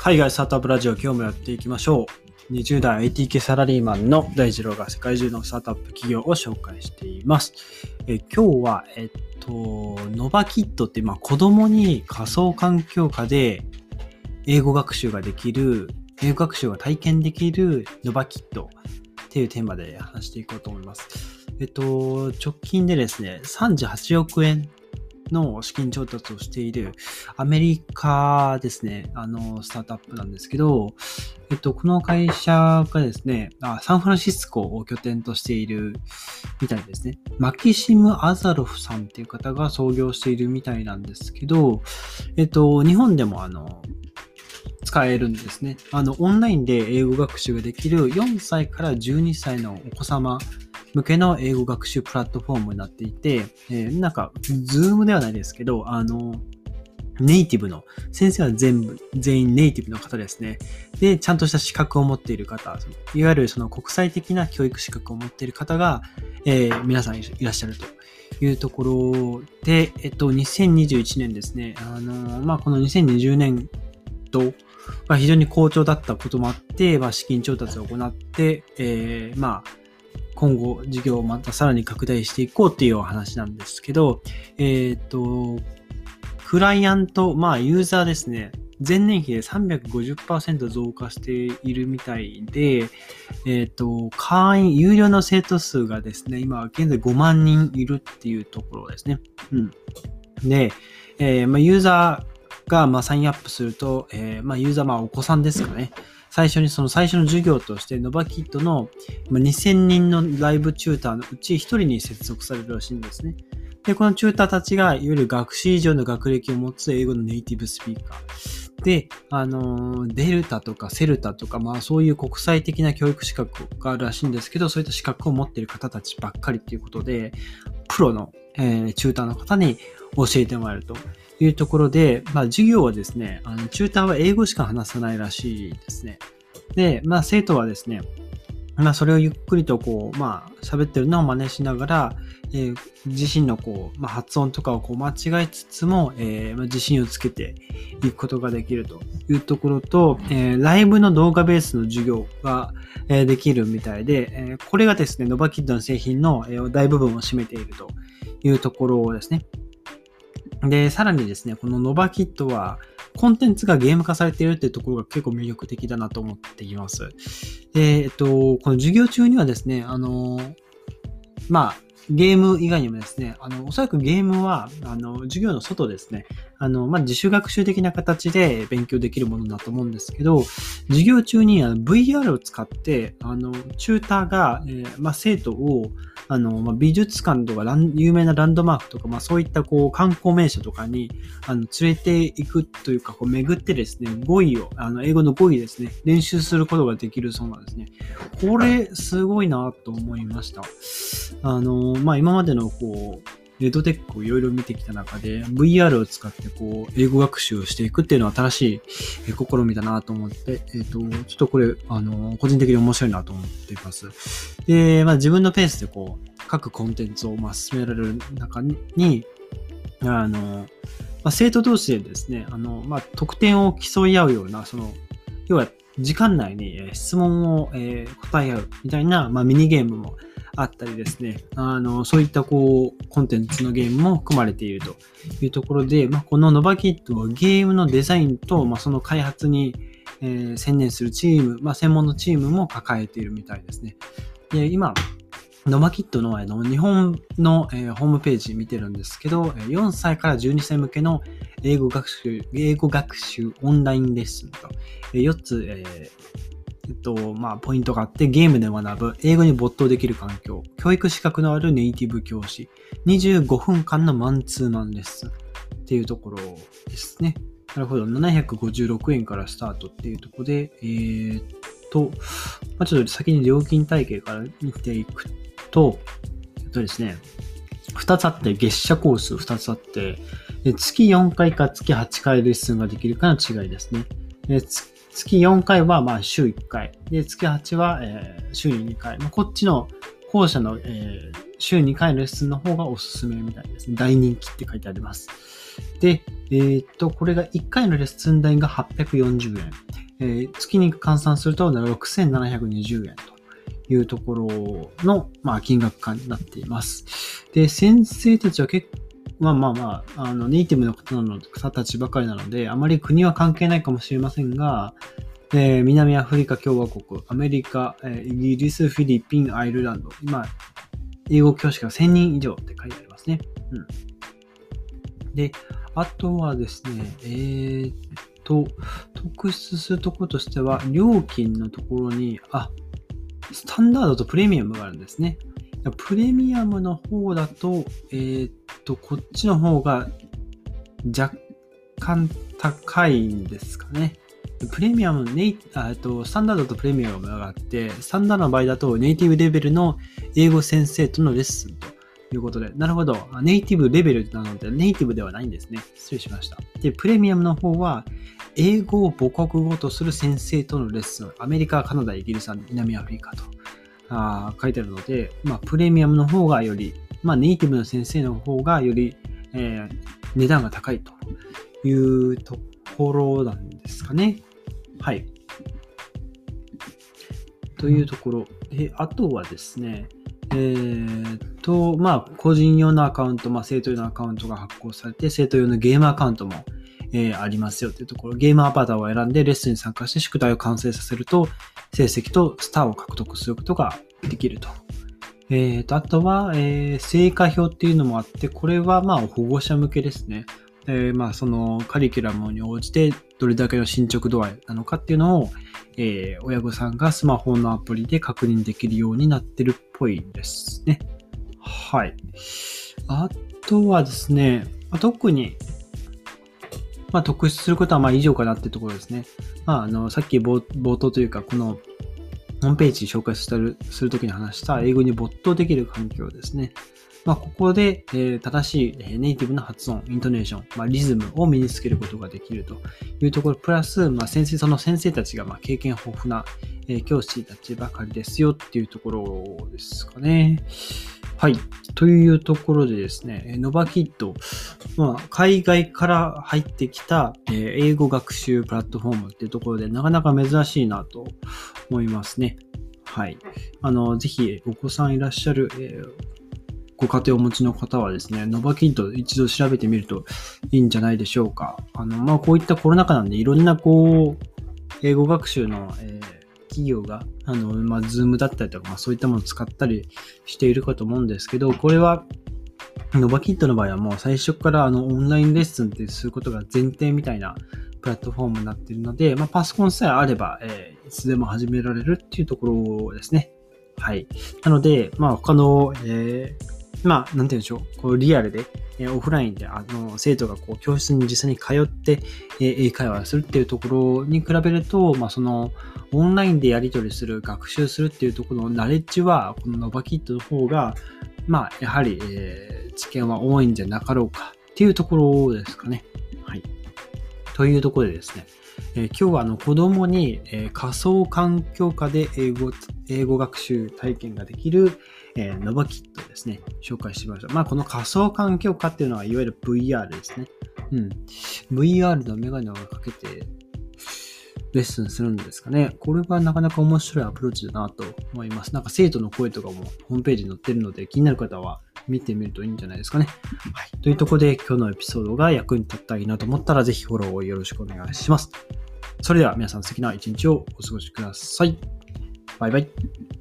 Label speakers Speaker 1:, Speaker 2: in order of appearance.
Speaker 1: 海外スタートアップラジオ、今日もやっていきましょう。20代 IT 系サラリーマンの大二郎が世界中のスタートアップ企業を紹介しています。今日は、ノバキットって、子供に仮想環境下で英語学習が体験できるノバキットっていうテーマで話していこうと思います。直近でですね、38億円の資金調達をしているアメリカですね、スタートアップなんですけど、この会社がですね、サンフランシスコを拠点としているみたいですね。マキシム・アザロフさんっていう方が創業しているみたいなんですけど、日本でも使えるんですね。オンラインで英語学習ができる4歳から12歳のお子様向けの英語学習プラットフォームになっていて、ズームではないですけど、ネイティブの、先生は全員ネイティブの方ですね。で、ちゃんとした資格を持っている方、いわゆるその国際的な教育資格を持っている方が、皆さんいらっしゃるというところで、2021年ですね、この2020年度が非常に好調だったこともあって、資金調達を行って、今後事業をまたさらに拡大していこうっていうお話なんですけど、クライアント、ユーザーですね、前年比で 350% 増加しているみたいで、会員、有料の生徒数がですね、今現在5万人いるっていうところですね。で、ユーザーがサインアップすると、ユーザーお子さんですかね。最初の授業として、ノバキットの2000人のライブチューターのうち1人に接続されるらしいんですね。で、このチューターたちが、いわゆる学士以上の学歴を持つ英語のネイティブスピーカー。で、デルタとかセルタとか、そういう国際的な教育資格があるらしいんですけど、そういった資格を持っている方たちばっかりということで、プロの、チューターの方に教えてもらえるというところで、授業はですね、チューターは英語しか話さないらしいですね。で、生徒はですね、それをゆっくりと喋ってるのを真似しながら、自身の発音とかを間違えつつも、自信をつけていくことができるというところと、ライブの動画ベースの授業が、できるみたいで、これがですね、ノバキッドの製品の、大部分を占めているというところですね。で、さらにですね、このノバキットは、コンテンツがゲーム化されているっていうところが結構魅力的だなと思っています。で、この授業中にはですね、ゲーム以外にもですね、おそらくゲームは、授業の外ですね、自主学習的な形で勉強できるものだと思うんですけど、授業中にVR を使って、チューターが、生徒を、美術館とか有名なランドマークとか、そういった観光名所とかに、連れて行くというか、巡ってですね、語彙を、英語の語彙ですね、練習することができるそうなんですね。これ、すごいなと思いました。今までのエドテックをいろいろ見てきた中で VR を使って英語学習をしていくっていうのは新しい試みだなと思って、ちょっとこれ個人的に面白いなと思っています。で、自分のペースで各コンテンツを進められる中に生徒同士でですね得点を競い合うような要は時間内に質問を答え合うみたいなミニゲームもあったりですね、そういったコンテンツのゲームも含まれているというところで、このノバキットはゲームのデザインと、その開発に、専念するチーム、専門のチームも抱えているみたいですね。で、今、ノバキットの日本の、ホームページ見てるんですけど、4歳から12歳向けの英語学習オンラインレッスンと、4つ、ポイントがあって、ゲームで学ぶ、英語に没頭できる環境、教育資格のあるネイティブ教師、25分間のマンツーマンレッスンっていうところですね。なるほど、756円からスタートっていうところで、ちょっと先に料金体系から見ていくと、ですね、2つあって、月謝コース2つあって、月4回か月8回レッスンができるかの違いですね。月4回は週1回。で、月8は、週に2回。こっちの後者の、週2回のレッスンの方がおすすめみたいですね。大人気って書いてあります。で、これが1回のレッスン代が840円。月に換算すると6720円というところの、金額感になっています。で、先生たちは結構、ネイティブの方たちばかりなので、あまり国は関係ないかもしれませんが、南アフリカ共和国、アメリカ、イギリス、フィリピン、アイルランド、英語教師が1000人以上って書いてありますね。で、あとはですね、特筆するところとしては、料金のところに、スタンダードとプレミアムがあるんですね。プレミアムの方だと、こっちの方が若干高いんですかね。プレミアム、スタンダードとプレミアムがあって、スタンダードの場合だとネイティブレベルの英語先生とのレッスンということで、なるほど、ネイティブレベルなのでネイティブではないんですね。失礼しました。で、プレミアムの方は、英語を母国語とする先生とのレッスン、アメリカ、カナダ、イギリス、南アフリカと書いてあるので、プレミアムの方がより、ネイティブの先生の方がより、値段が高いというところなんですかね。はい。というところ。で、あとはですね、個人用のアカウント、生徒用のアカウントが発行されて、生徒用のゲームアカウントも、ありますよというところ。ゲームアバターを選んでレッスンに参加して宿題を完成させると、成績とスターを獲得することができると。あとは、成果表っていうのもあって、これは保護者向けですね。そのカリキュラムに応じてどれだけの進捗度合いなのかっていうのを、親御さんがスマホのアプリで確認できるようになってるっぽいですね。はい。あとはですね、特に、特筆することは以上かなってところですね。さっき冒頭というか、このホームページ紹介するときに話した英語に没頭できる環境ですね。ここで、正しいネイティブな発音、イントネーション、リズムを身につけることができるというところ、プラス、その先生たちが経験豊富な、教師たちばかりですよっていうところですかね。はい。というところでですね、ノバキッド、海外から入ってきた、英語学習プラットフォームっていうところでなかなか珍しいなと思いますね。はい。ぜひお子さんいらっしゃる、ご家庭をお持ちの方はですね、ノバキッド一度調べてみるといいんじゃないでしょうか。こういったコロナ禍なんでいろんな英語学習の、企業が、Zoom だったりとか、そういったものを使ったりしているかと思うんですけど、これは、ノバキッドの場合はもう最初からオンラインレッスンってすることが前提みたいなプラットフォームになっているので、パソコンさえあれば、いつでも始められるっていうところですね。はい。なので、他の、なんて言うんでしょう、リアルで、オフラインで、生徒が教室に実際に通って、英会話するっていうところに比べると、その、オンラインでやり取りする、学習するっていうところのナレッジは、このノバキッドの方が、やはり、知見は多いんじゃなかろうかっていうところですかね。はい。というところでですね、今日は子供に、仮想環境下で英語学習体験ができる、ノバキットですね、紹介しました。この仮想環境下っていうのは、いわゆる VR ですね。VR のメガネをかけて、レッスンするんですかね。これはなかなか面白いアプローチだなと思います。生徒の声とかもホームページに載ってるので、気になる方は見てみるといいんじゃないですかね。はい。というところで、今日のエピソードが役に立ったらいいなと思ったら、ぜひフォローをよろしくお願いします。それでは皆さん素敵な一日をお過ごしください。バイバイ。